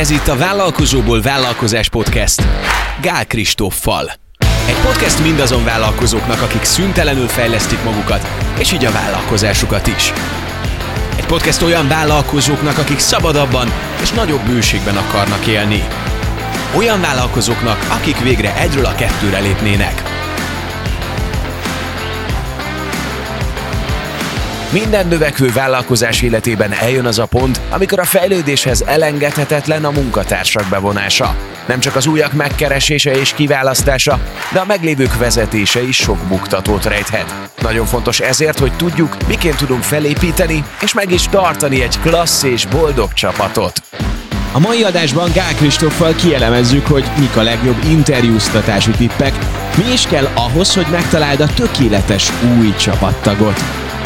Ez itt a Vállalkozóból Vállalkozás Podcast Gál Kristóffal. Egy podcast mindazon vállalkozóknak, akik szüntelenül fejlesztik magukat, és így a vállalkozásukat is. Egy podcast olyan vállalkozóknak, akik szabadabban és nagyobb bőségben akarnak élni. Olyan vállalkozóknak, akik végre egyről a kettőre lépnének. Minden növekvő vállalkozás életében eljön az a pont, amikor a fejlődéshez elengedhetetlen a munkatársak bevonása. Nem csak az újak megkeresése és kiválasztása, de a meglévők vezetése is sok buktatót rejthet. Nagyon fontos ezért, hogy tudjuk, miként tudunk felépíteni és meg is tartani egy klassz és boldog csapatot. A mai adásban Gál Kristóffal kielemezzük, hogy mik a legjobb interjúztatási tippek, mi is kell ahhoz, hogy megtaláld a tökéletes új csapattagot.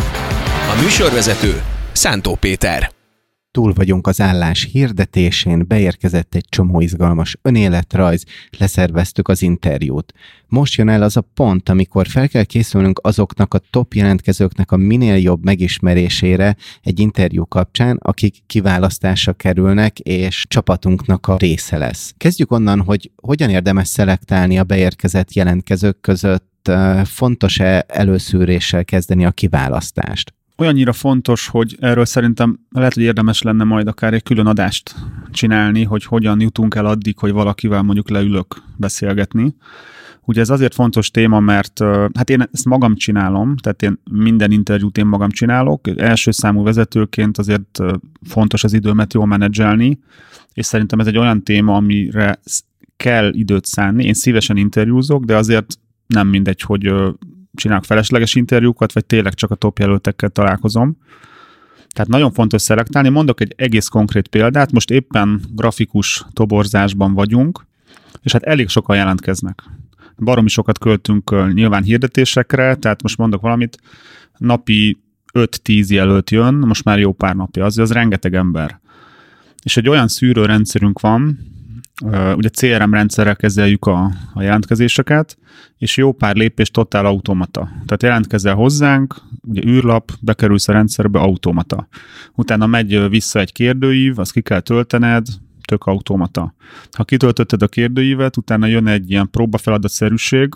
A műsorvezető Szántó Péter. Túl vagyunk az állás hirdetésén, beérkezett egy csomó izgalmas önéletrajz, leszerveztük az interjút. Most jön el az a pont, amikor fel kell készülnünk azoknak a top jelentkezőknek a minél jobb megismerésére egy interjú kapcsán, akik kiválasztásra kerülnek, és csapatunknak a része lesz. Kezdjük onnan, hogy hogyan érdemes szelektálni a beérkezett jelentkezők között, fontos-e előszűréssel kezdeni a kiválasztást? Olyannyira fontos, hogy erről szerintem lehet, hogy érdemes lenne majd akár egy külön adást csinálni, hogy hogyan jutunk el addig, hogy valakivel mondjuk leülök beszélgetni. Ugye ez azért fontos téma, mert hát én ezt magam csinálom, tehát én minden interjút én magam csinálok. Első számú vezetőként azért fontos az időmet jól menedzselni, és szerintem ez egy olyan téma, amire kell időt szánni. Én szívesen interjúzok, de azért nem mindegy, hogy csinálok felesleges interjúkat, vagy tényleg csak a top jelöltekkel találkozom. Tehát nagyon fontos szelektálni. Mondok egy egész konkrét példát. Most éppen grafikus toborzásban vagyunk, és hát elég sokan jelentkeznek. Baromi sokat költünk nyilván hirdetésekre, tehát most mondok valamit, napi 5-10 jelölt jön, most már jó pár napja, az rengeteg ember. És egy olyan szűrőrendszerünk van, ugye CRM rendszerrel kezeljük a jelentkezéseket, és jó pár lépés totál automata. Tehát jelentkezel hozzánk, ugye űrlap, bekerülsz a rendszerbe, automata. Utána megy vissza egy kérdőív, azt ki kell töltened, tök automata. Ha kitöltötted a kérdőívet, utána jön egy ilyen próbafeladatszerűség,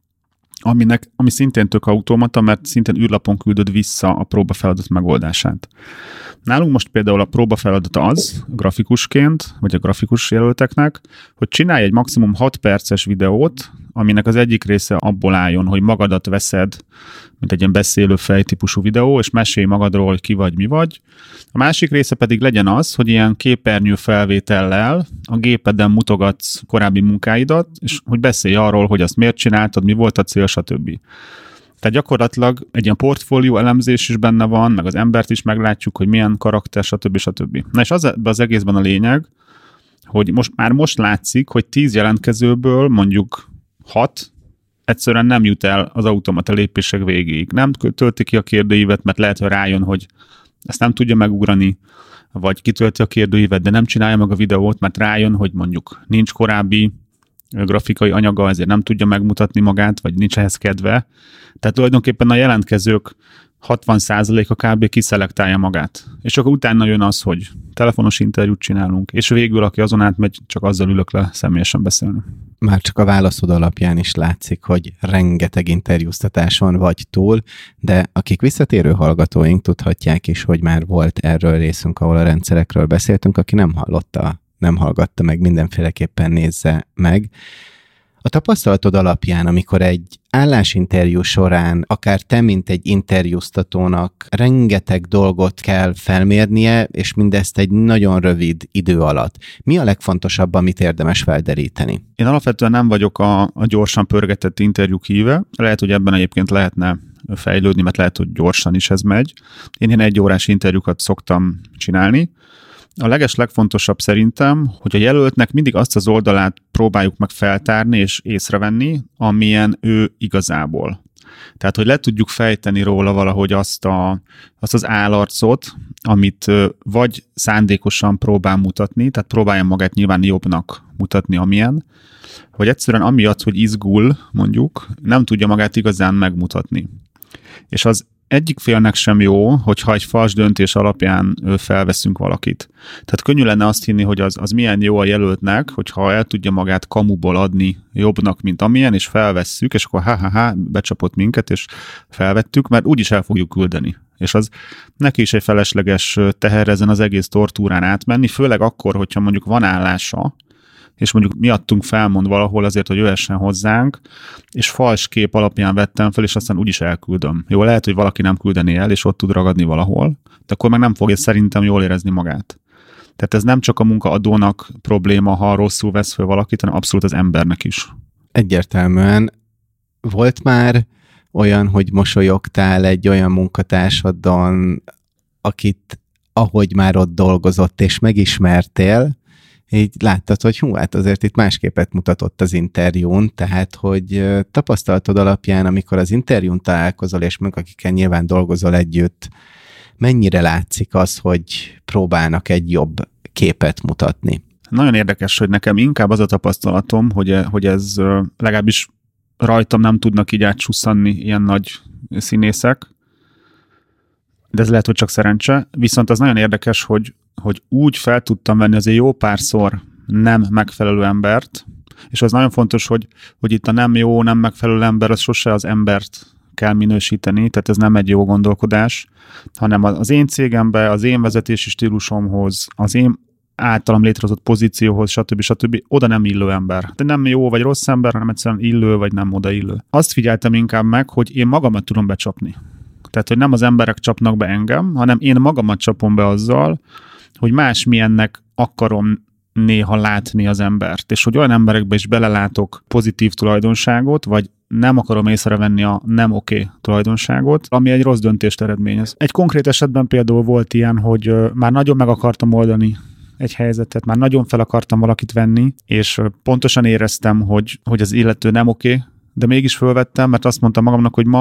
ami szintén tök automata, mert szintén űrlapon küldöd vissza a próbafeladat megoldását. Nálunk most például a próbafeladat az, grafikusként, vagy a grafikus jelölteknek, hogy csinálj egy maximum 6 perces videót, aminek az egyik része abból álljon, hogy magadat veszed, mint egy ilyen beszélő fejtípusú videó, és mesélj magadról, hogy ki vagy, mi vagy. A másik része pedig legyen az, hogy ilyen képernyő felvétellel a gépeden mutogatsz korábbi munkáidat, és hogy beszélj arról, hogy azt miért csináltad, mi volt a cél, stb. Tehát gyakorlatilag egy ilyen portfólió elemzés is benne van, meg az embert is meglátjuk, hogy milyen karakter, stb. Na és az egészben a lényeg, hogy most látszik, hogy 10 jelentkezőből mondjuk 6 egyszerűen nem jut el az automata lépések végéig. Nem tölti ki a kérdőívet, mert lehet, hogy rájön, hogy ezt nem tudja megugrani, vagy kitölti a kérdőívet, de nem csinálja meg a videót, mert rájön, hogy mondjuk nincs korábbi grafikai anyaga, ezért nem tudja megmutatni magát, vagy nincs ehhez kedve. Tehát tulajdonképpen a jelentkezők 60%-a kb. Kiszelektálja magát. És akkor utána jön az, hogy telefonos interjút csinálunk, és végül, aki azon átmegy, csak azzal ülök le személyesen beszélni. Már csak a válaszod alapján is látszik, hogy rengeteg interjúztatáson vagy túl, de akik visszatérő hallgatóink tudhatják is, hogy már volt erről részünk, ahol a rendszerekről beszéltünk, aki nem hallgatta meg, mindenféleképpen nézze meg. A tapasztalatod alapján, amikor egy állásinterjú során, akár te, mint egy interjúztatónak rengeteg dolgot kell felmérnie, és mindezt egy nagyon rövid idő alatt. Mi a legfontosabb, amit érdemes felderíteni? Én alapvetően nem vagyok a gyorsan pörgetett interjúk híve. Lehet, hogy ebben egyébként lehetne fejlődni, mert lehet, hogy gyorsan is ez megy. Én ilyen 1 órás interjúkat szoktam csinálni. A legfontosabb szerintem, hogy a jelöltnek mindig azt az oldalát próbáljuk meg feltárni és észrevenni, amilyen ő igazából. Tehát, hogy le tudjuk fejteni róla valahogy azt az állarcot, amit vagy szándékosan próbál mutatni, tehát próbálja magát nyilván jobbnak mutatni, amilyen, vagy egyszerűen amiatt, hogy izgul, mondjuk, nem tudja magát igazán megmutatni. És az egyik félnek sem jó, hogyha egy fals döntés alapján felveszünk valakit. Tehát könnyű lenne azt hinni, hogy az milyen jó a jelöltnek, hogyha el tudja magát kamuból adni jobbnak, mint amilyen, és felvesszük, és akkor becsapott minket, és felvettük, mert úgyis el fogjuk küldeni. És az neki is egy felesleges teher ezen az egész tortúrán átmenni, főleg akkor, hogyha mondjuk van állása, és mondjuk miattunk felmond valahol azért, hogy jöhessen hozzánk, és fals kép alapján vettem fel, és aztán úgyis elküldöm. Jó, lehet, hogy valaki nem küldeni el, és ott tud ragadni valahol, de akkor meg nem fogja szerintem jól érezni magát. Tehát ez nem csak a munkaadónak probléma, ha rosszul vesz fel valakit, hanem abszolút az embernek is. Egyértelműen volt már olyan, hogy mosolyogtál egy olyan munkatársadon, akit ahogy már ott dolgozott, és megismertél, így láttad, hogy hát azért itt másképet mutatott az interjún, tehát, hogy tapasztalatod alapján, amikor az interjún találkozol, és meg akikkel nyilván dolgozol együtt, mennyire látszik az, hogy próbálnak egy jobb képet mutatni? Nagyon érdekes, hogy nekem inkább az a tapasztalatom, hogy ez legalábbis rajtam nem tudnak így átsusszanni ilyen nagy színészek, de ez lehet, hogy csak szerencse. Viszont az nagyon érdekes, hogy úgy fel tudtam venni azért jó párszor nem megfelelő embert, és az nagyon fontos, hogy itt a nem jó, nem megfelelő ember, az sose az embert kell minősíteni, tehát ez nem egy jó gondolkodás, hanem az én cégembe, az én vezetési stílusomhoz, az én általam létrehozott pozícióhoz, stb. Oda nem illő ember. De nem jó vagy rossz ember, hanem egyszerűen illő vagy nem odaillő. Azt figyeltem inkább meg, hogy én magamat tudom becsapni. Tehát, hogy nem az emberek csapnak be engem, hanem én magamat csapom be azzal, hogy másmilyennek akarom néha látni az embert, és hogy olyan emberekbe is belelátok pozitív tulajdonságot, vagy nem akarom észrevenni a nem oké tulajdonságot, ami egy rossz döntést eredményez. Egy konkrét esetben például volt ilyen, hogy már nagyon meg akartam oldani egy helyzetet, már nagyon fel akartam valakit venni, és pontosan éreztem, hogy az illető nem oké, de mégis fölvettem, mert azt mondtam magamnak, hogy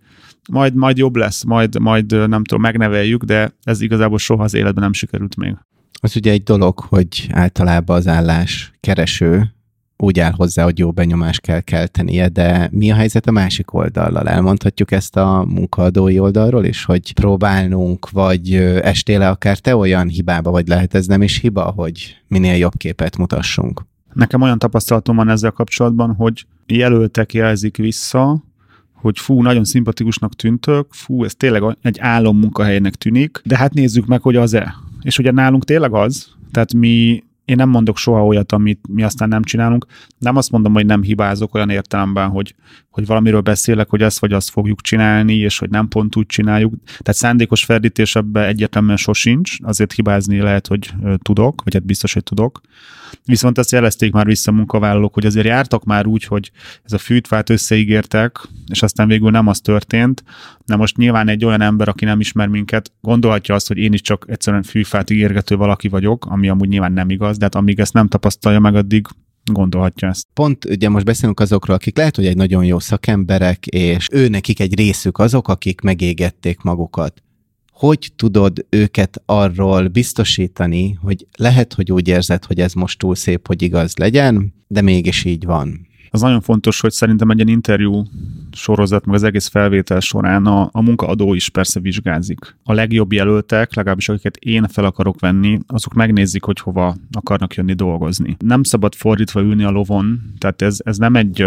majd jobb lesz, majd nem tudom, megneveljük, de ez igazából soha az életben nem sikerült még. Az ugye egy dolog, hogy általában az álláskereső úgy áll hozzá, hogy jó benyomást kell keltenie, de mi a helyzet a másik oldallal? Elmondhatjuk ezt a munkaadói oldalról is, hogy próbálnunk, vagy estél le akár te olyan hibába, vagy lehet ez nem is hiba, hogy minél jobb képet mutassunk? Nekem olyan tapasztalatom van ezzel kapcsolatban, hogy jelöltek jelzik vissza, hogy nagyon szimpatikusnak tűntök, ez tényleg egy álommunkahelynek tűnik, de hát nézzük meg, hogy az-e. És ugye nálunk tényleg az, tehát én nem mondok soha olyat, amit mi aztán nem csinálunk. Nem azt mondom, hogy nem hibázok olyan értelemben, hogy valamiről beszélek, hogy ezt vagy azt fogjuk csinálni, és hogy nem pont úgy csináljuk. Tehát szándékos ferdítés ebben egyértelműen sosincs, azért hibázni lehet, hogy tudok, vagy hát biztos, hogy tudok. Viszont azt jelezték már vissza munkavállalók, hogy azért jártak már úgy, hogy ez a fűtfát összeígértek, és aztán végül nem az történt. Na most nyilván egy olyan ember, aki nem ismer minket, gondolhatja azt, hogy én is csak egyszerűen fűfát ígérgető valaki vagyok, ami amúgy nyilván nem igaz, de hát amíg ezt nem tapasztalja meg, addig gondolhatja ezt. Pont ugye most beszélünk azokról, akik lehet, hogy egy nagyon jó szakemberek, és nekik egy részük azok, akik megégették magukat. Hogy tudod őket arról biztosítani, hogy lehet, hogy úgy érzed, hogy ez most túl szép, hogy igaz legyen, de mégis így van? Az nagyon fontos, hogy szerintem egy ilyen interjú sorozat, meg az egész felvétel során a munkaadó is persze vizsgázik. A legjobb jelöltek, legalábbis akiket én fel akarok venni, azok megnézik, hogy hova akarnak jönni dolgozni. Nem szabad fordítva ülni a lovon, tehát ez nem egy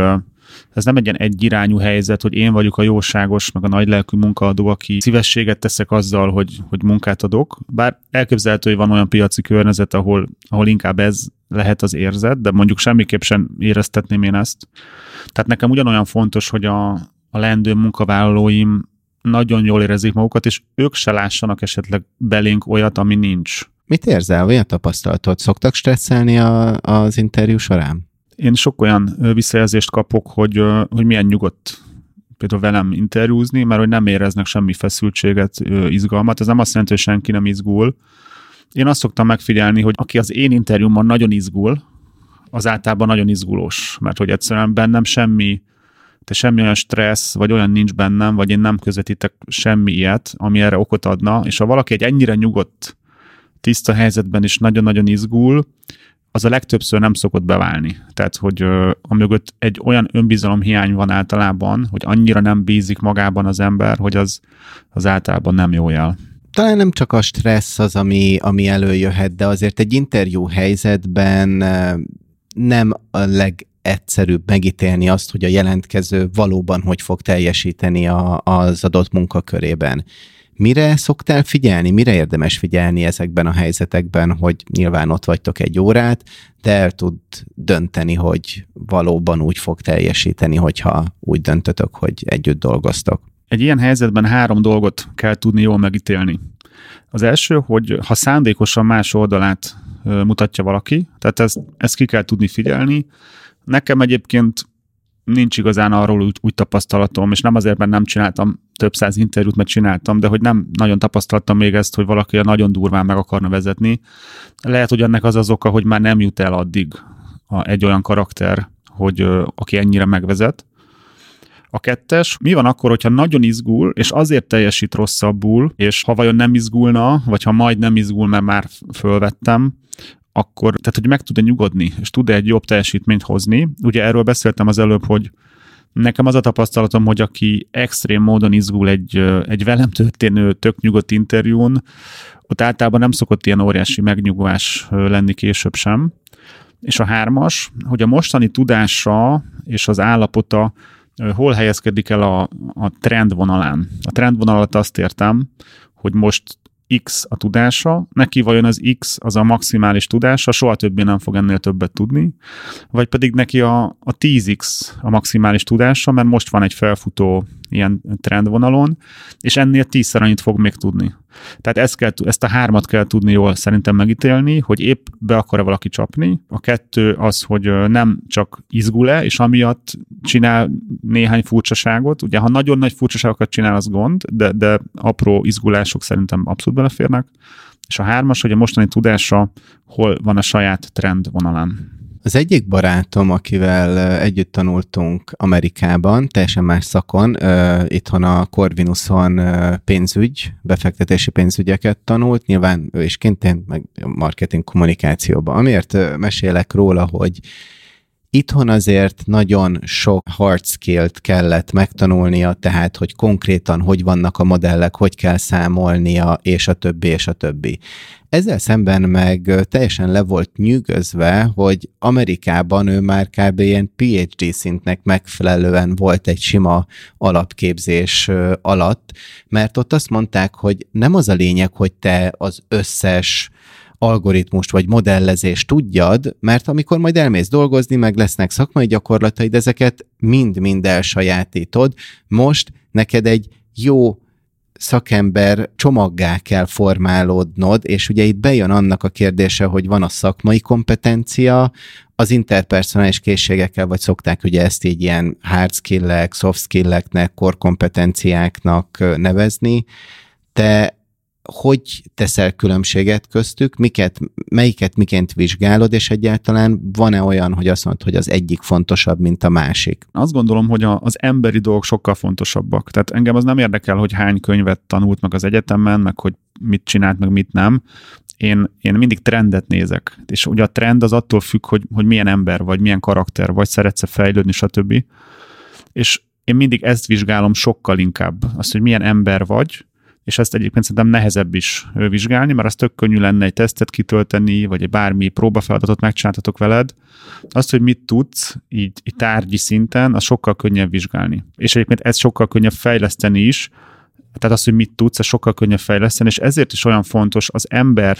ilyen egyirányú helyzet, hogy én vagyok a jóságos, meg a nagylelkű munkaadó, aki szívességet teszek azzal, hogy munkát adok. Bár elképzelhető, hogy van olyan piaci környezet, ahol inkább ez lehet az érzet, de mondjuk semmiképp sem éreztetném én ezt. Tehát nekem ugyanolyan fontos, hogy a leendő munkavállalóim nagyon jól érezzék magukat, és ők se lássanak esetleg belénk olyat, ami nincs. Mit érzel? Olyan tapasztalatod? Szoktak stresszelni az interjú során? Én sok olyan visszajelzést kapok, hogy milyen nyugodt például velem interjúzni, mert hogy nem éreznek semmi feszültséget, izgalmat. Ez nem azt jelenti, hogy senki nem izgul. Én azt szoktam megfigyelni, hogy aki az én interjúmban nagyon izgul, az általában nagyon izgulós, mert hogy egyszerűen bennem semmi olyan stressz, vagy olyan nincs bennem, vagy én nem közvetítek semmi ilyet, ami erre okot adna, és ha valaki egy ennyire nyugodt, tiszta helyzetben is nagyon-nagyon izgul, az a legtöbbször nem szokott beválni. Tehát, hogy amögött egy olyan önbizalomhiány van általában, hogy annyira nem bízik magában az ember, hogy az általában nem jó jel. Talán nem csak a stressz az, ami előjöhet, de azért egy interjú helyzetben nem a legegyszerűbb megítélni azt, hogy a jelentkező valóban hogy fog teljesíteni az adott munkakörében. Mire szoktál figyelni? Mire érdemes figyelni ezekben a helyzetekben, hogy nyilván ott vagytok egy órát, de el tud dönteni, hogy valóban úgy fog teljesíteni, hogyha úgy döntötök, hogy együtt dolgoztok? Egy ilyen helyzetben 3 dolgot kell tudni jól megítélni. Az első, hogy ha szándékosan más oldalát mutatja valaki, tehát ezt ki kell tudni figyelni. Nekem egyébként nincs igazán arról úgy tapasztalatom, és nem azért, mert nem csináltam több száz interjút, mert csináltam, de hogy nem nagyon tapasztaltam még ezt, hogy valaki nagyon durván meg akarna vezetni. Lehet, hogy ennek az oka, hogy már nem jut el addig egy olyan karakter, hogy aki ennyire megvezet. A 2, mi van akkor, hogyha nagyon izgul, és azért teljesít rosszabbul, és ha vajon nem izgulna, vagy ha majd nem izgul, mert már fölvettem, akkor, tehát hogy meg tud-e nyugodni, és tud-e egy jobb teljesítményt hozni. Ugye erről beszéltem az előbb, hogy nekem az a tapasztalatom, hogy aki extrém módon izgul egy velem történő tök nyugodt interjún, ott általában nem szokott ilyen óriási megnyugvás lenni később sem. És a 3, hogy a mostani tudása és az állapota hol helyezkedik el a trendvonalán. A trendvonalat azt értem, hogy most X a tudása, neki vajon az X az a maximális tudása, soha többé nem fog ennél többet tudni, vagy pedig neki a 10X a maximális tudása, mert most van egy felfutó ilyen trendvonalon, és ennél 10-szer annyit fog még tudni. Tehát ezt a 3 kell tudni jól szerintem megítélni, hogy épp be akar-e valaki csapni. A 2 az, hogy nem csak izgul-e, és amiatt csinál néhány furcsaságot. Ugye, ha nagyon nagy furcsaságokat csinál, az gond, de apró izgulások szerintem abszolút beleférnek. És a 3, hogy a mostani tudása hol van a saját trendvonalán. Az egyik barátom, akivel együtt tanultunk Amerikában, teljesen más szakon, itthon a Corvinuson befektetési pénzügyeket tanult, nyilván ő is kintén, meg marketing kommunikációban. Amiért mesélek róla, hogy itthon azért nagyon sok hard skill-t kellett megtanulnia, tehát, hogy konkrétan hogy vannak a modellek, hogy kell számolnia, és a többi, és a többi. Ezzel szemben meg teljesen le volt nyűgözve, hogy Amerikában ő már kb. Ilyen PhD szintnek megfelelően volt egy sima alapképzés alatt, mert ott azt mondták, hogy nem az a lényeg, hogy te az összes algoritmust vagy modellezést tudjad, mert amikor majd elmész dolgozni, meg lesznek szakmai gyakorlataid, ezeket mind-mind elsajátítod. Most neked egy jó szakember csomaggá kell formálódnod, és ugye itt bejön annak a kérdése, hogy van a szakmai kompetencia, az interpersonális készségekkel, vagy szokták ugye ezt így ilyen hard skill-ek, soft skill-eknek, core kompetenciáknak nevezni. Te hogy teszel különbséget köztük, melyiket miként vizsgálod, és egyáltalán van-e olyan, hogy azt mondod, hogy az egyik fontosabb, mint a másik? Azt gondolom, hogy az emberi dolgok sokkal fontosabbak. Tehát engem az nem érdekel, hogy hány könyvet tanult meg az egyetemen, meg hogy mit csinált, meg mit nem. Én mindig trendet nézek. És ugye a trend az attól függ, hogy milyen ember vagy, milyen karakter vagy, szeretsz-e fejlődni, stb. És én mindig ezt vizsgálom sokkal inkább. Azt, hogy milyen ember vagy, és ezt egyébként szerintem nehezebb is vizsgálni, mert az tök könnyű lenne egy tesztet kitölteni, vagy egy bármi próbafeladatot megcsináltatok veled. Azt, hogy mit tudsz így tárgyi szinten, az sokkal könnyebb vizsgálni. És egyébként ez sokkal könnyebb fejleszteni is, tehát az, hogy mit tudsz, ez sokkal könnyebb fejleszteni, és ezért is olyan fontos az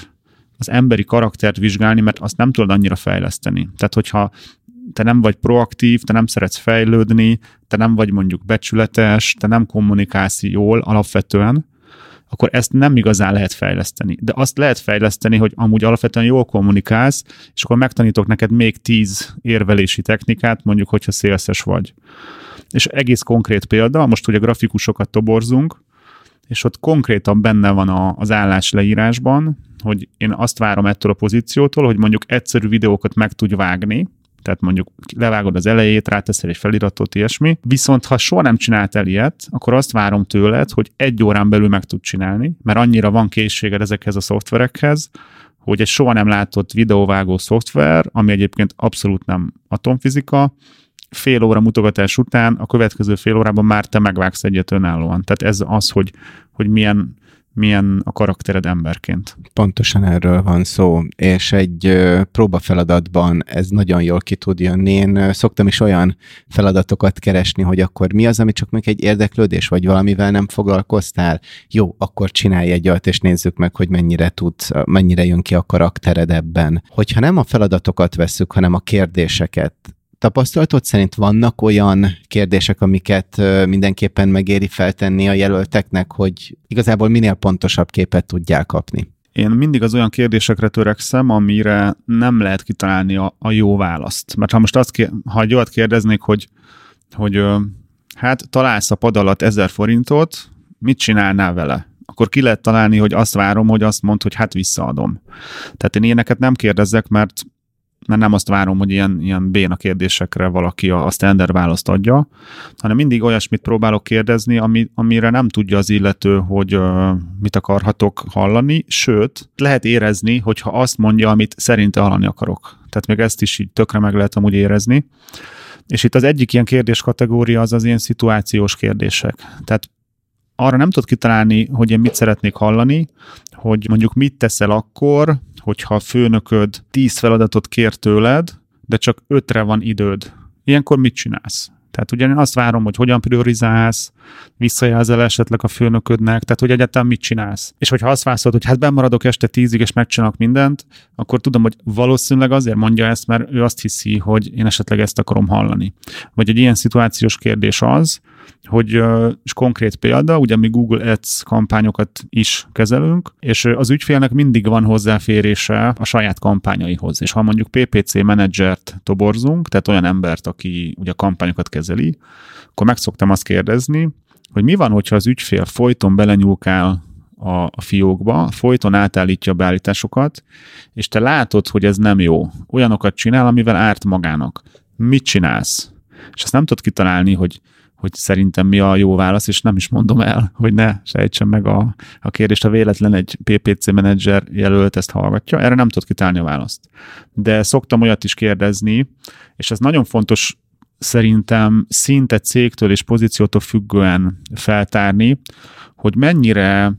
emberi karaktert vizsgálni, mert azt nem tudod annyira fejleszteni. Tehát, hogyha te nem vagy proaktív, te nem szeretsz fejlődni, te nem vagy mondjuk becsületes, te nem kommunikálsz jól alapvetően, akkor ezt nem igazán lehet fejleszteni. De azt lehet fejleszteni, hogy amúgy alapvetően jól kommunikálsz, és akkor megtanítok neked még 10 érvelési technikát, mondjuk, hogyha szélszes vagy. És egész konkrét példa, most ugye grafikusokat toborzunk, és ott konkrétan benne van az állás leírásban, hogy én azt várom ettől a pozíciótól, hogy mondjuk egyszerű videókat meg tudj vágni, tehát mondjuk levágod az elejét, ráteszel egy feliratot, ilyesmi. Viszont ha soha nem csináltál ilyet, akkor azt várom tőled, hogy 1 órán belül meg tud csinálni, mert annyira van készséged ezekhez a szoftverekhez, hogy egy soha nem látott videóvágó szoftver, ami egyébként abszolút nem atomfizika, fél óra mutogatás után a következő fél órában már te megvágsz egyet önállóan. Tehát ez az, hogy milyen a karaktered emberként. Pontosan erről van szó, és egy próbafeladatban ez nagyon jól ki tud jönni. Én szoktam is olyan feladatokat keresni, hogy akkor mi az, ami csak még egy érdeklődés, vagy valamivel nem foglalkoztál? Jó, akkor csinálj egy olyat, és nézzük meg, hogy mennyire jön ki a karaktered ebben. Hogyha nem a feladatokat vesszük, hanem a kérdéseket, tapasztalatod szerint vannak olyan kérdések, amiket mindenképpen megéri feltenni a jelölteknek, hogy igazából minél pontosabb képet tudjál kapni? Én mindig az olyan kérdésekre törekszem, amire nem lehet kitalálni a jó választ. Mert ha most ha egy olyat kérdeznék, hogy hát találsz a pad alatt 1000 forintot, mit csinálnál vele? Akkor ki lehet találni, hogy azt várom, hogy azt mondd, hogy hát visszaadom. Tehát én ilyeneket nem kérdezzek, mert nem azt várom, hogy ilyen béna kérdésekre valaki a standard választ adja, hanem mindig olyasmit próbálok kérdezni, amire nem tudja az illető, hogy mit akarhatok hallani, sőt, lehet érezni, hogyha azt mondja, amit szerinte hallani akarok. Tehát még ezt is így tökre meg lehet amúgy érezni. És itt az egyik ilyen kérdéskategória az ilyen szituációs kérdések. Tehát arra nem tudod kitalálni, hogy én mit szeretnék hallani, hogy mondjuk mit teszel akkor, hogyha a főnököd 10 feladatot kér tőled, de csak 5-re van időd. Ilyenkor mit csinálsz? Tehát ugye én azt várom, hogy hogyan priorizálsz, visszajelzel esetleg a főnöködnek, tehát hogy egyáltalán mit csinálsz. És hogyha azt válaszolod, hogy hát bemaradok este 10-ig és megcsinálok mindent, akkor tudom, hogy valószínűleg azért mondja ezt, mert ő azt hiszi, hogy én esetleg ezt akarom hallani. Vagy egy ilyen szituációs kérdés az, hogy és konkrét példa, ugye mi Google Ads kampányokat is kezelünk, és az ügyfélnek mindig van hozzáférése a saját kampányaihoz. És ha mondjuk PPC menedzsert toborzunk, tehát olyan embert, aki ugye a kampányokat kezeli, akkor meg szoktam azt kérdezni, hogy mi van, hogyha az ügyfél folyton belenyúlkál a fiókba, folyton átállítja a beállításokat, és te látod, hogy ez nem jó. Olyanokat csinál, amivel árt magának. Mit csinálsz? És ezt nem tudod kitalálni, hogy szerintem mi a jó válasz, és nem is mondom el, hogy ne sejtsem meg a kérdést, ha véletlen egy PPC menedzser jelölt ezt hallgatja, erre nem tudod kitalálni a választ. De szoktam olyat is kérdezni, és ez nagyon fontos szerintem szinte cégtől és pozíciótól függően feltárni, hogy mennyire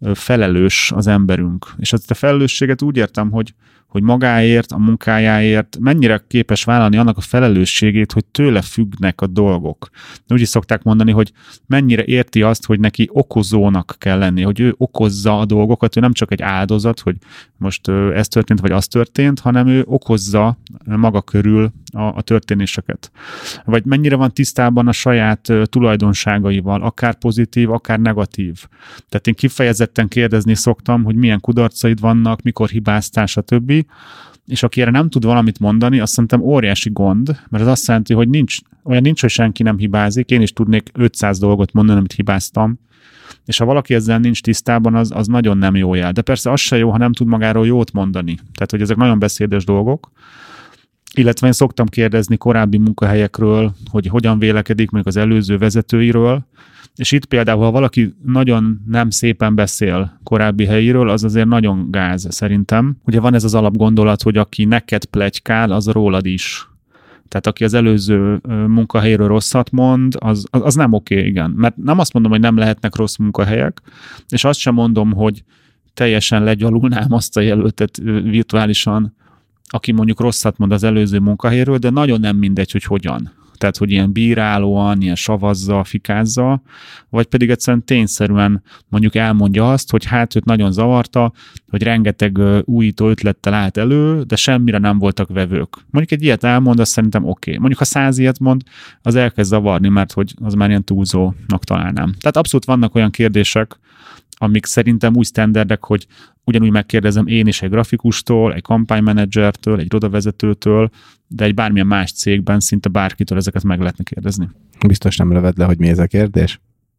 felelős az emberünk. És ezt a felelősséget úgy értem, hogy magáért, a munkájáért mennyire képes vállalni annak a felelősségét, hogy tőle függnek a dolgok. Úgy is szokták mondani, hogy mennyire érti azt, hogy neki okozónak kell lenni, hogy ő okozza a dolgokat, ő nem csak egy áldozat, hogy most ez történt, vagy az történt, hanem ő okozza maga körül a történéseket. Vagy mennyire van tisztában a saját tulajdonságaival, akár pozitív, akár negatív. Tehát én kifejezetten kérdezni szoktam, hogy milyen kudarcaid vannak, mikor hibáztál, stb. És aki erre nem tud valamit mondani, azt szerintem óriási gond, mert az azt jelenti, hogy nincs, hogy senki nem hibázik, én is tudnék 500 dolgot mondani, amit hibáztam, és ha valaki ezzel nincs tisztában, az nagyon nem jó jel. De persze az se jó, ha nem tud magáról jót mondani. Tehát, hogy ezek nagyon beszédes dolgok. Illetve én szoktam kérdezni korábbi munkahelyekről, hogy hogyan vélekedik mondjuk az előző vezetőiről, és itt például, ha valaki nagyon nem szépen beszél korábbi helyiről, az azért nagyon gáz szerintem. Ugye van ez az alapgondolat, hogy aki neked pletykál, az rólad is. Tehát aki az előző munkahelyről rosszat mond, az nem oké, igen. Mert nem azt mondom, hogy nem lehetnek rossz munkahelyek, és azt sem mondom, hogy teljesen legyalulnám azt a jelöltet virtuálisan, aki mondjuk rosszat mond az előző munkahelyről, de nagyon nem mindegy, hogy hogyan. Tehát, hogy ilyen bírálóan, ilyen savazza, fikázza, vagy pedig egyszerűen tényszerűen mondjuk elmondja azt, hogy hát őt nagyon zavarta, hogy rengeteg újító ötlettel állt elő, de semmire nem voltak vevők. Mondjuk egy ilyet elmond, azt szerintem oké. Mondjuk ha 100 ilyet mond, az elkezd zavarni, mert hogy az már ilyen túlzónak találnám. Tehát abszolút vannak olyan kérdések, amik szerintem új sztenderdek, hogy ugyanúgy megkérdezem én is egy grafikustól, egy kampánymenedzsertől, egy irodavezetőtől, de egy bármilyen más cégben szinte bárkitől ezeket meg lehetne kérdezni. Biztos nem löved le, hogy mi ez a kérdés?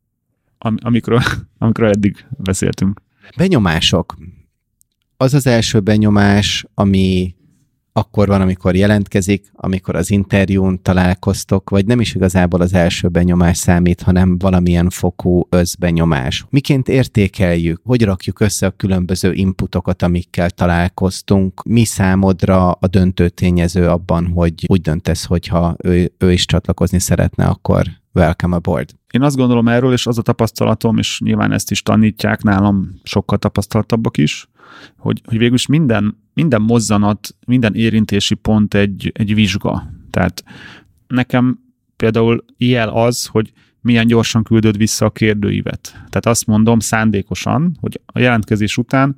Amikről eddig beszéltünk. Benyomások. Az az első benyomás, ami akkor van, amikor jelentkezik, amikor az interjún találkoztok, vagy nem is igazából az első benyomás számít, hanem valamilyen fokú összbenyomás. Miként értékeljük, hogy rakjuk össze a különböző inputokat, amikkel találkoztunk? Mi számodra a döntő tényező abban, hogy úgy döntesz, hogyha ő is csatlakozni szeretne, akkor welcome aboard? Én azt gondolom erről, és az a tapasztalatom, és nyilván ezt is tanítják nálam sokkal tapasztaltabbak is, hogy végülis minden mozzanat, minden érintési pont egy vizsga. Tehát nekem például jel az, hogy milyen gyorsan küldöd vissza a kérdőívet. Tehát azt mondom szándékosan, hogy a jelentkezés után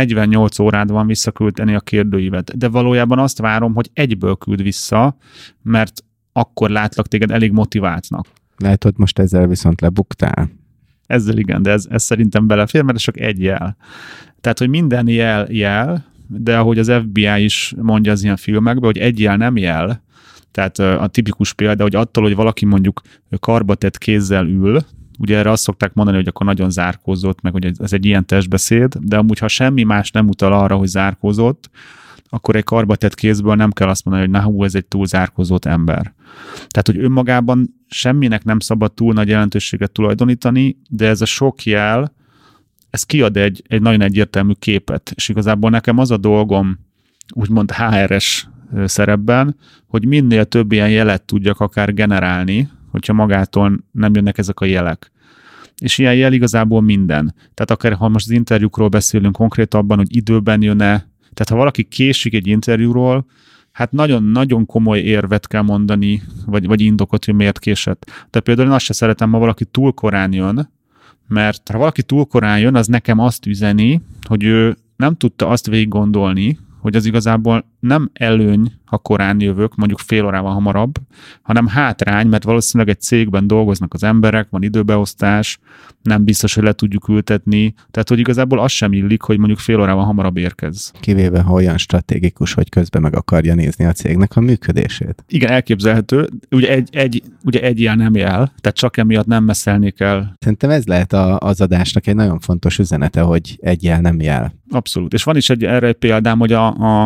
48 órád van visszaküldeni a kérdőívet. De valójában azt várom, hogy egyből küld vissza, mert akkor látlak téged elég motiváltnak. Lehet, hogy most ezzel viszont lebuktál. Ezzel igen, de ez szerintem belefér, mert ez csak egy jel. Tehát, hogy minden jel, de ahogy az FBI is mondja az ilyen filmekben, hogy egy jel nem jel. Tehát a tipikus példa, hogy attól, hogy valaki mondjuk karbatett kézzel ül, ugye erre azt szokták mondani, hogy akkor nagyon zárkózott, meg hogy ez egy ilyen testbeszéd, de amúgy, ha semmi más nem utal arra, hogy zárkózott, akkor egy karbatett kézből nem kell azt mondani, hogy ez egy túl zárkózott ember. Tehát, hogy önmagában semminek nem szabad túl nagy jelentőséget tulajdonítani, de ez a sok jel, ez kiad egy nagyon egyértelmű képet. És igazából nekem az a dolgom, úgymond HR-es szerepben, hogy minél több ilyen jelet tudjak akár generálni, hogyha magától nem jönnek ezek a jelek. És ilyen jel igazából minden. Tehát akár ha most az interjúkról beszélünk konkrétabban, hogy időben jön-e, tehát ha valaki késik egy interjúról, hát nagyon-nagyon komoly érvet kell mondani, vagy indokot, hogy miért késett. Tehát például én azt se szeretem, ha valaki túl korán jön, mert ha valaki túl korán jön, az nekem azt üzeni, hogy ő nem tudta azt végig gondolni, hogy az igazából nem előny, ha korán jövök, mondjuk fél órával hamarabb, hanem hátrány, mert valószínűleg egy cégben dolgoznak az emberek, van időbeosztás, nem biztos, hogy le tudjuk ültetni, tehát hogy igazából az sem illik, hogy mondjuk fél órával hamarabb érkezz. Kivéve, ha olyan stratégikus, hogy közben meg akarja nézni a cégnek a működését. Igen, elképzelhető. Ugye egy jel nem jel, tehát csak emiatt nem messzelnék el. Szerintem ez lehet az adásnak egy nagyon fontos üzenete, hogy egy jel nem jel. Abszolút. És van is erre egy példám, hogy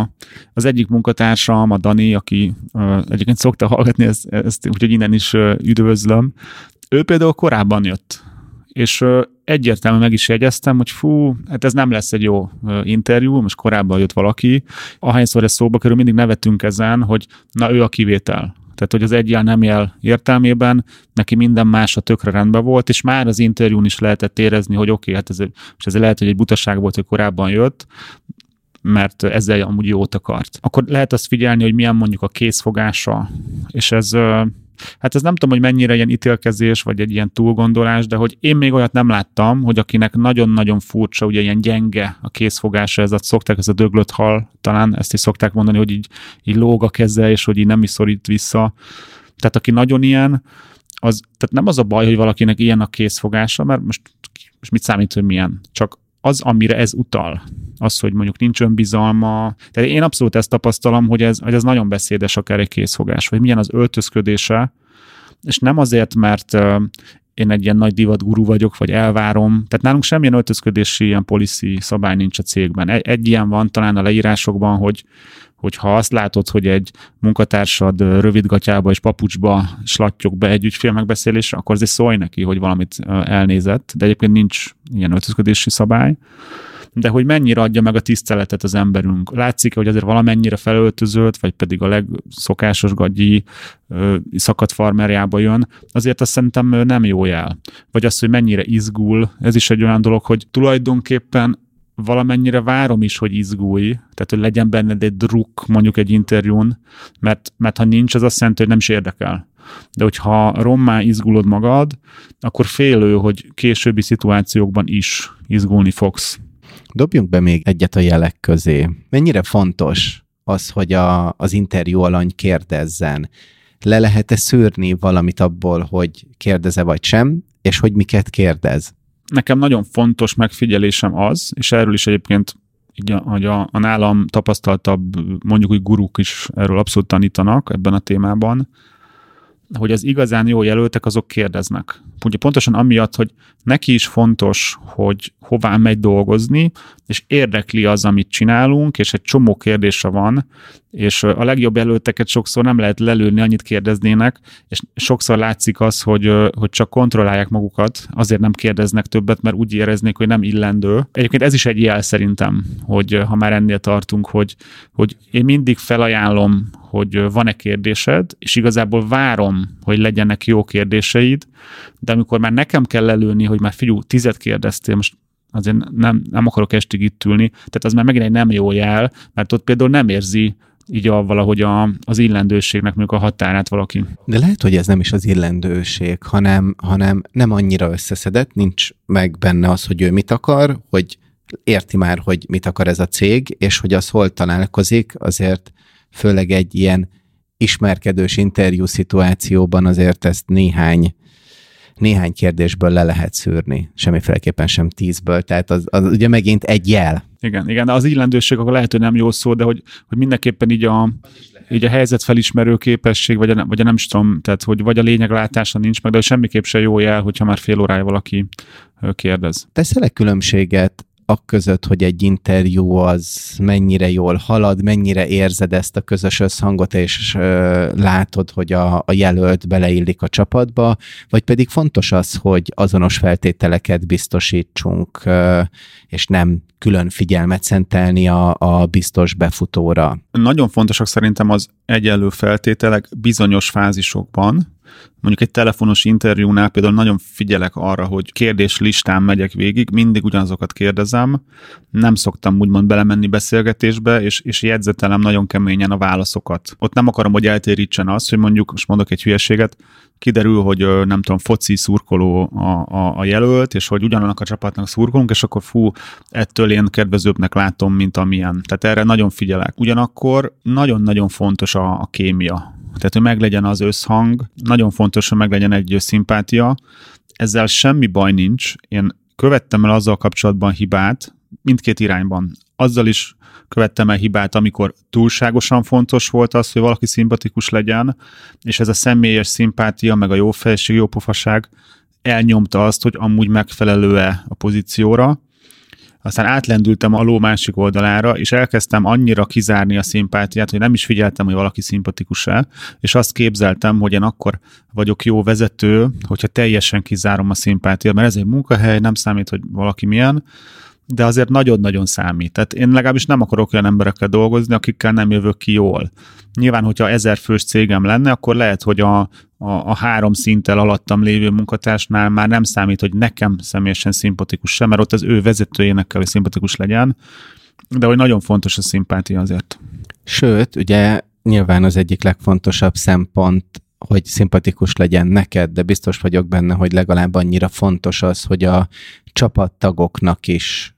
az egyik munkatársam, a Dani, aki egyébként szokta hallgatni ezt, úgyhogy innen is üdvözlöm, ő például korábban jött. És egyértelműen meg is jegyeztem, hogy hát ez nem lesz egy jó interjú, most korábban jött valaki. Ahányszor ez szóba kerül, mindig nevetünk ezen, hogy na ő a kivétel. Tehát, hogy az egy jel nem jel értelmében neki minden más a tökre rendben volt, és már az interjún is lehetett érezni, hogy oké, hát ez lehet, hogy egy butaság volt, hogy korábban jött, mert ezzel amúgy jót akart. Akkor lehet azt figyelni, hogy milyen mondjuk a készfogása, és ez nem tudom, hogy mennyire ilyen ítélkezés, vagy egy ilyen túlgondolás, de hogy én még olyat nem láttam, hogy akinek nagyon-nagyon furcsa, ugye ilyen gyenge a készfogása, szokták ez a döglött hal, talán ezt is szokták mondani, hogy így lóg a keze, és hogy így nem is szorít vissza. Tehát aki nagyon ilyen, tehát nem az a baj, hogy valakinek ilyen a készfogása, mert most mit számít, hogy milyen, csak az, amire ez utal, az, hogy mondjuk nincs önbizalma. Tehát én abszolút ezt tapasztalom, hogy ez nagyon beszédes akár egy készfogás, vagy milyen az öltözködése, és nem azért, mert én egy ilyen nagy divatguru vagyok, vagy elvárom. Tehát nálunk semmilyen öltözködési ilyen policy szabály nincs a cégben. Egy ilyen van talán a leírásokban, hogy ha azt látod, hogy egy munkatársad rövidgatyába és papucsba slattyog be egy ügyfél megbeszélésre, akkor azért szólj neki, hogy valamit elnézett, de egyébként nincs ilyen öltözködési szabály. De hogy mennyire adja meg a tiszteletet az emberünk. Látszik, hogy azért valamennyire felöltözött, vagy pedig a legszokásos gagyi szakadt farmerjába jön, azért azt szerintem nem jó jel. Vagy az, hogy mennyire izgul, ez is egy olyan dolog, hogy tulajdonképpen valamennyire várom is, hogy izgulj, tehát hogy legyen benned egy druk mondjuk egy interjún, mert ha nincs, az azt jelenti, hogy nem is érdekel. De hogyha rommá izgulod magad, akkor félő, hogy későbbi szituációkban is izgulni fogsz. Dobjunk be még egyet a jelek közé. Mennyire fontos az, hogy az interjú alany kérdezzen? Le lehet-e szűrni valamit abból, hogy kérdeze vagy sem, és hogy miket kérdez? Nekem nagyon fontos megfigyelésem az, és erről is egyébként hogy a nálam tapasztaltabb, mondjuk úgy guruk is erről abszolút tanítanak ebben a témában, hogy az igazán jó jelöltek azok kérdeznek. Ugye pontosan amiatt, hogy neki is fontos, hogy hová megy dolgozni, és érdekli az, amit csinálunk, és egy csomó kérdése van, és a legjobb jelölteket sokszor nem lehet lelőni, annyit kérdeznének, és sokszor látszik az, hogy csak kontrollálják magukat, azért nem kérdeznek többet, mert úgy éreznék, hogy nem illendő. Egyébként ez is egy jel szerintem, hogy ha már ennél tartunk, hogy én mindig felajánlom, hogy van-e kérdésed, és igazából várom, hogy legyenek jó kérdéseid, de amikor már nekem kell lelőni, hogy már figyelj, 10 kérdeztél, most azért nem akarok estig itt ülni, tehát az már megint egy nem jó jel, mert ott például nem érzi így valahogy az illendőségnek mondjuk a határát valaki. De lehet, hogy ez nem is az illendőség, hanem nem annyira összeszedett, nincs meg benne az, hogy ő mit akar, hogy érti már, hogy mit akar ez a cég, és hogy az hol találkozik, azért főleg egy ilyen ismerkedős interjú szituációban azért ezt néhány kérdésből le lehet szűrni, semmiféleképpen sem 10-ből, tehát az ugye megint egy jel. Igen, de az illendőség akkor lehet, hogy nem jó szó, de hogy mindenképpen így a helyzetfelismerő képesség, vagy a nem is tudom, tehát hogy vagy a lényeglátása nincs meg, de semmiképp se jó jel, hogyha már fél órája valaki kérdez. Teszel-e különbséget között, hogy egy interjú az mennyire jól halad, mennyire érzed ezt a közös összhangot, és látod, hogy a jelölt beleillik a csapatba, vagy pedig fontos az, hogy azonos feltételeket biztosítsunk, és nem külön figyelmet szentelni a biztos befutóra. Nagyon fontosak szerintem az egyenlő feltételek bizonyos fázisokban. Mondjuk egy telefonos interjúnál például nagyon figyelek arra, hogy kérdéslistán megyek végig, mindig ugyanazokat kérdezem, nem szoktam úgymond belemenni beszélgetésbe, és jegyzetelem nagyon keményen a válaszokat. Ott nem akarom, hogy eltérítsen az, hogy mondjuk, most mondok egy hülyeséget, kiderül, hogy nem tudom, foci szurkoló a jelölt, és hogy ugyanannak a csapatnak szurkolunk, és akkor ettől én kedvezőbbnek látom, mint amilyen. Tehát erre nagyon figyelek. Ugyanakkor nagyon-nagyon fontos a kémia. Tehát, hogy meglegyen az összhang, nagyon fontos, hogy meglegyen egy szimpátia. Ezzel semmi baj nincs. Én követtem el azzal kapcsolatban hibát, mindkét irányban. Azzal is követtem el hibát, amikor túlságosan fontos volt az, hogy valaki szimpatikus legyen, és ez a személyes szimpátia, meg a jó fejség, jó pofaság elnyomta azt, hogy amúgy megfelelő-e a pozícióra. Aztán átlendültem a ló másik oldalára, és elkezdtem annyira kizárni a szimpátiát, hogy nem is figyeltem, hogy valaki szimpatikus-e, és azt képzeltem, hogy én akkor vagyok jó vezető, hogyha teljesen kizárom a szimpátiát, mert ez egy munkahely, nem számít, hogy valaki milyen, de azért nagyon-nagyon számít. Tehát én legalábbis nem akarok olyan emberekkel dolgozni, akikkel nem jövök ki jól. Nyilván, hogyha 1000 fős cégem lenne, akkor lehet, hogy a 3 szinttel alattam lévő munkatársnál már nem számít, hogy nekem személyesen szimpatikus sem, mert ott az ő vezetőjének kell, hogy szimpatikus legyen, de hogy nagyon fontos a szimpátia azért. Sőt, ugye nyilván az egyik legfontosabb szempont, hogy szimpatikus legyen neked, de biztos vagyok benne, hogy legalább annyira fontos az, hogy a csapattagoknak is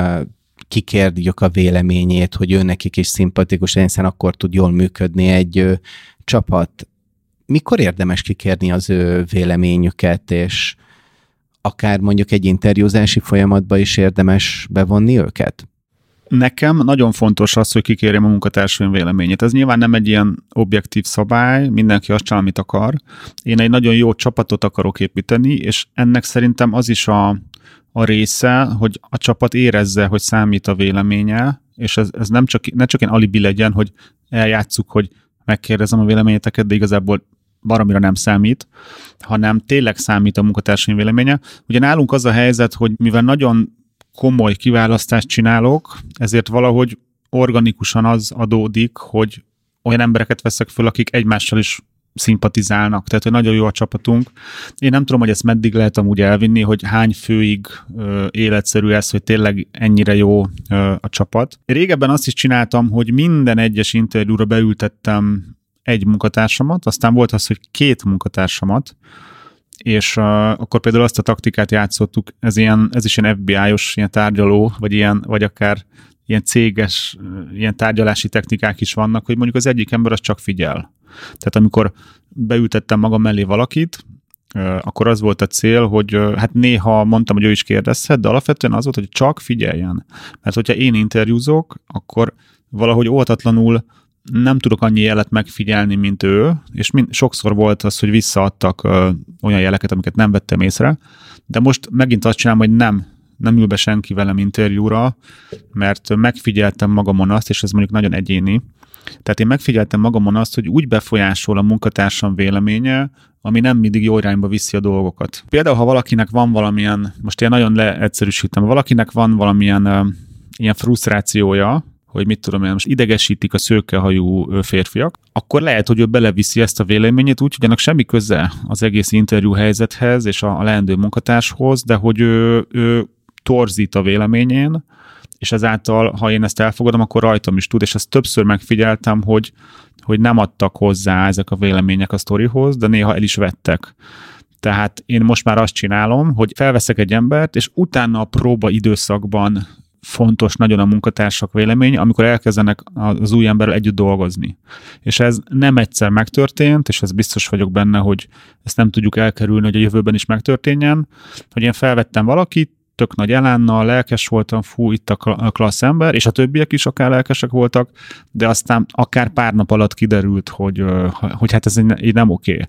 kikérjük a véleményét, hogy ő nekik is szimpatikus, hiszen akkor tud jól működni egy csapat. Mikor érdemes kikérni az ő véleményüket, és akár mondjuk egy interjúzási folyamatba is érdemes bevonni őket? Nekem nagyon fontos az, hogy kikérjem a munkatársaim véleményét. Ez nyilván nem egy ilyen objektív szabály, mindenki azt csinál, amit akar. Én egy nagyon jó csapatot akarok építeni, és ennek szerintem az is a része, hogy a csapat érezze, hogy számít a véleménye, és ez ne csak egy alibi legyen, hogy eljátsszuk, hogy megkérdezem a véleményeteket, de igazából baromira nem számít, hanem tényleg számít a munkatársaim véleménye. Ugye nálunk az a helyzet, hogy mivel nagyon komoly kiválasztást csinálok, ezért valahogy organikusan az adódik, hogy olyan embereket veszek föl, akik egymással is szimpatizálnak, tehát hogy nagyon jó a csapatunk. Én nem tudom, hogy ezt meddig lehet amúgy elvinni, hogy hány főig életszerű ez, hogy tényleg ennyire jó a csapat. Régebben azt is csináltam, hogy minden egyes interjúra beültettem egy munkatársamat, aztán volt az, hogy 2 munkatársamat, és akkor például azt a taktikát játszottuk, ez is ilyen FBI-os ilyen tárgyaló, vagy akár ilyen céges, ilyen tárgyalási technikák is vannak, hogy mondjuk az egyik ember az csak figyel. Tehát amikor beültettem magam mellé valakit, akkor az volt a cél, hogy hát néha mondtam, hogy ő is kérdezhet, de alapvetően az volt, hogy csak figyeljen. Mert hogyha én interjúzok, akkor valahogy óhatatlanul nem tudok annyi jelet megfigyelni, mint ő, és sokszor volt az, hogy visszaadtak olyan jeleket, amiket nem vettem észre, de most megint azt csinálom, hogy nem ül be senki velem interjúra, mert megfigyeltem magamon azt, és ez mondjuk nagyon egyéni. Tehát én megfigyeltem magamon azt, hogy úgy befolyásol a munkatársam véleménye, ami nem mindig jó irányba viszi a dolgokat. Például, ha valakinek van valamilyen, most én nagyon leegyszerűsítem, valakinek van valamilyen ilyen frusztrációja, hogy mit tudom én, most idegesítik a szőkehajú férfiak, akkor lehet, hogy ő beleviszi ezt a véleményét úgy, hogy annak semmi köze az egész interjú helyzethez és a leendő munkatárshoz, de hogy ő torzít a véleményén, és ezáltal, ha én ezt elfogadom, akkor rajtam is tud, és ezt többször megfigyeltem, hogy nem adtak hozzá ezek a vélemények a sztorihoz, de néha el is vettek. Tehát én most már azt csinálom, hogy felveszek egy embert, és utána a próba időszakban fontos nagyon a munkatársak véleménye, amikor elkezdenek az új emberrel együtt dolgozni. És ez nem egyszer megtörtént, és ez biztos vagyok benne, hogy ezt nem tudjuk elkerülni, hogy a jövőben is megtörténjen, hogy én felvettem valakit, tök nagy elánnal, lelkes voltam, itt a klassz ember, és a többiek is akár lelkesek voltak, de aztán akár pár nap alatt kiderült, hogy hát ez így nem oké.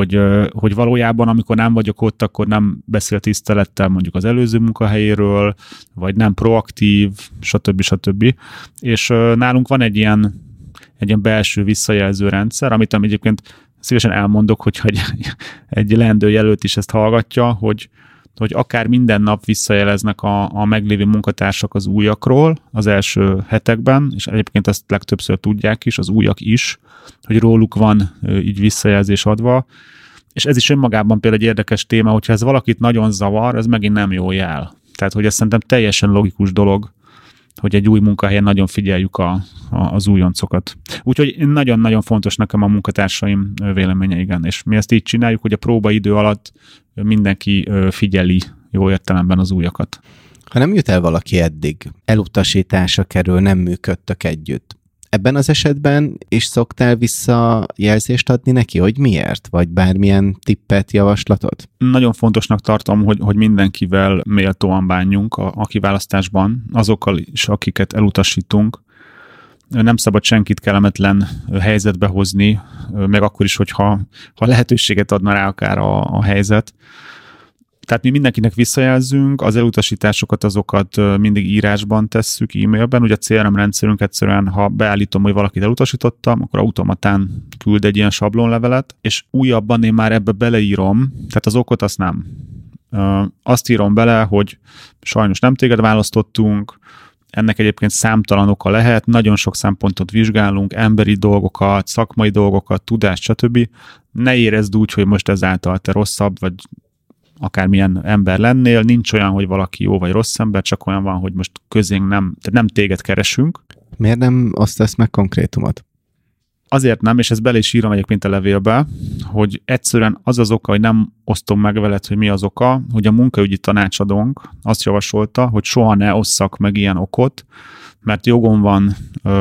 Hogy valójában, amikor nem vagyok ott, akkor nem beszél tisztelettel mondjuk az előző munkahelyéről, vagy nem proaktív, stb. És nálunk van egy ilyen belső visszajelző rendszer, amit egyébként szívesen elmondok, hogyha egy leendő jelölt is ezt hallgatja, hogy akár minden nap visszajeleznek a meglévő munkatársak az újakról az első hetekben, és egyébként ezt legtöbbször tudják is, az újak is, hogy róluk van így visszajelzés adva, és ez is önmagában például egy érdekes téma, hogyha ez valakit nagyon zavar, ez megint nem jó jel. Tehát, hogy ez szerintem teljesen logikus dolog, hogy egy új munkahelyen nagyon figyeljük az újoncokat. Úgyhogy nagyon-nagyon fontos nekem a munkatársaim véleménye, igen. És mi ezt így csináljuk, hogy a próbaidő alatt mindenki figyeli jó értelemben az újakat. Ha nem jut el valaki eddig, elutasításra kerül, nem működtök együtt. Ebben az esetben is szoktál visszajelzést adni neki, hogy miért? Vagy bármilyen tippet, javaslatot? Nagyon fontosnak tartom, hogy mindenkivel méltóan bánjunk a kiválasztásban, azokkal is, akiket elutasítunk. Nem szabad senkit kellemetlen helyzetbe hozni, meg akkor is, hogyha lehetőséget adna rá akár a helyzet. Tehát mi mindenkinek visszajelzünk, az elutasításokat azokat mindig írásban tesszük, e-mailben. Ugye a CRM rendszerünk egyszerűen, ha beállítom, hogy valakit elutasítottam, akkor automatán küld egy ilyen sablonlevelet, és újabban én már ebbe beleírom, tehát az okot azt nem. Azt írom bele, hogy sajnos nem téged választottunk, ennek egyébként számtalan oka lehet, nagyon sok szempontot vizsgálunk, emberi dolgokat, szakmai dolgokat, tudást, stb. Ne érezd úgy, hogy most ezáltal te rosszabb, vagy akármilyen ember lennél, nincs olyan, hogy valaki jó vagy rossz ember, csak olyan van, hogy most közénk tehát nem téged keresünk. Miért nem osztasz meg konkrétumot? Azért nem, és ezt bele is írom egyébként a levélbe, hogy egyszerűen az oka, hogy nem osztom meg veled, hogy mi az oka, hogy a munkaügyi tanácsadónk azt javasolta, hogy soha ne osszak meg ilyen okot, mert jogom van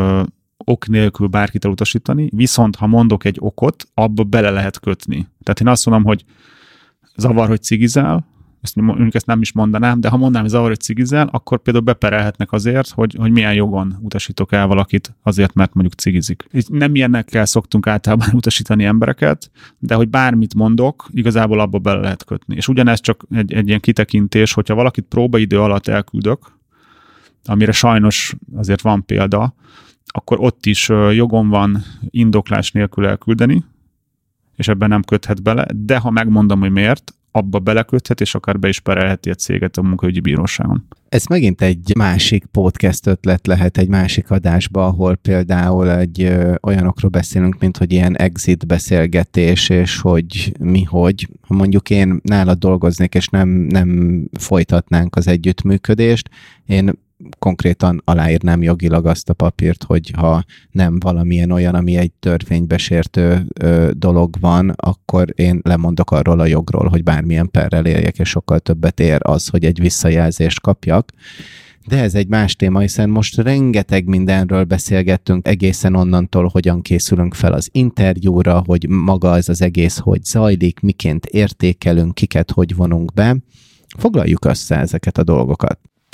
ok nélkül bárkit elutasítani, viszont ha mondok egy okot, abba bele lehet kötni. Tehát én azt mondom, hogy zavar, hogy cigizel, ezt nem is mondanám, de ha mondanám, hogy zavar, hogy cigizel, akkor például beperelhetnek azért, hogy milyen jogon utasítok el valakit azért, mert mondjuk cigizik. Így nem ilyenekkel szoktunk általában utasítani embereket, de hogy bármit mondok, igazából abba bele lehet kötni. És ugyanez csak egy ilyen kitekintés, hogyha valakit próbaidő alatt elküldök, amire sajnos azért van példa, akkor ott is jogom van indoklás nélkül elküldeni, és ebben nem köthet bele, de ha megmondom, hogy miért, abba beleköthet, és akár be is perelheti a céget a munkaügyi bíróságon. Ez megint egy másik podcast ötlet lehet egy másik adásba, ahol például olyanokról beszélünk, mint hogy ilyen exit beszélgetés, és hogy ha mondjuk én nálad dolgoznék, és nem folytatnánk az együttműködést, én konkrétan aláírnám jogilag azt a papírt, hogy ha nem valamilyen olyan, ami egy törvénybe sértő dolog van, akkor én lemondok arról a jogról, hogy bármilyen perrel éljek, és sokkal többet ér az, hogy egy visszajelzést kapjak. De ez egy más téma, hiszen most rengeteg mindenről beszélgettünk, egészen onnantól, hogyan készülünk fel az interjúra, hogy maga ez az egész, hogy zajlik, miként értékelünk, kiket hogy vonunk be. Foglaljuk össze ezeket a dolgokat.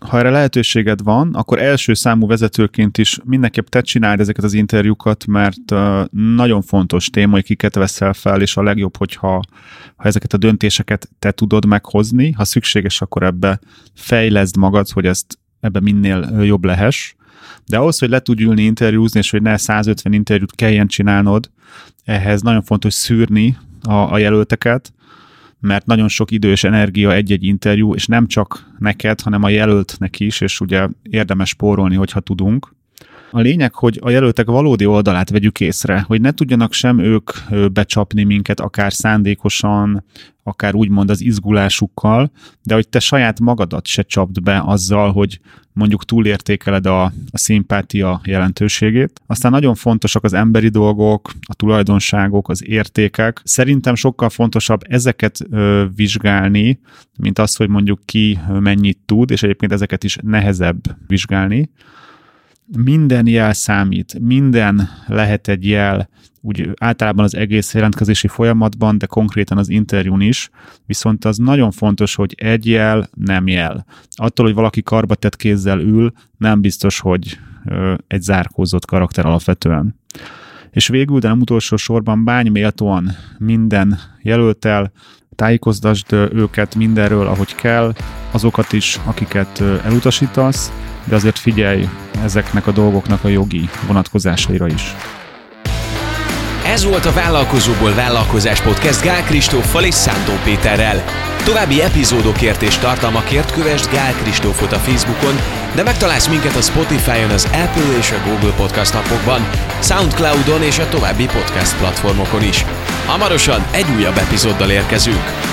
ha erre lehetőséged van, akkor első számú vezetőként is mindenképp te csináld ezeket az interjúkat, mert nagyon fontos téma, hogy kiket veszel fel, és a legjobb, hogyha ezeket a döntéseket te tudod meghozni. Ha szükséges, akkor ebbe fejleszd magad, hogy ebbe minél jobb lehess. De ahhoz, hogy le tudj ülni interjúzni, és hogy ne 150 interjút kelljen csinálnod, ehhez nagyon fontos szűrni a jelölteket, mert nagyon sok idő és energia egy-egy interjú, és nem csak neked, hanem a jelöltnek is, és ugye érdemes spórolni, hogyha tudunk. A lényeg, hogy a jelöltek valódi oldalát vegyük észre, hogy ne tudjanak sem ők becsapni minket, akár szándékosan, akár úgymond az izgulásukkal, de hogy te saját magadat se csapd be azzal, hogy mondjuk túlértékeled a szimpátia jelentőségét. Aztán nagyon fontosak az emberi dolgok, a tulajdonságok, az értékek. Szerintem sokkal fontosabb ezeket vizsgálni, mint az, hogy mondjuk ki mennyit tud, és egyébként ezeket is nehezebb vizsgálni. Minden jel számít, minden lehet egy jel, úgy általában az egész jelentkezési folyamatban, de konkrétan az interjún is, viszont az nagyon fontos, hogy egy jel nem jel. Attól, hogy valaki karbatett kézzel ül, nem biztos, hogy egy zárkózott karakter alapvetően. És végül, de nem utolsó sorban bánj méltóan minden jelölttel, tájékoztasd őket mindenről, ahogy kell, azokat is, akiket elutasítasz, de azért figyelj ezeknek a dolgoknak a jogi vonatkozásaira is. Ez volt a Vállalkozóból Vállalkozás Podcast Gál Kristóffal és Szántó Péterrel. További epizódokért és tartalmakért kövesd Gál Kristófot a Facebookon, de megtalálsz minket a Spotify-on, az Apple és a Google Podcast appokban, Soundcloudon és a további podcast platformokon is. Hamarosan egy újabb epizóddal érkezünk.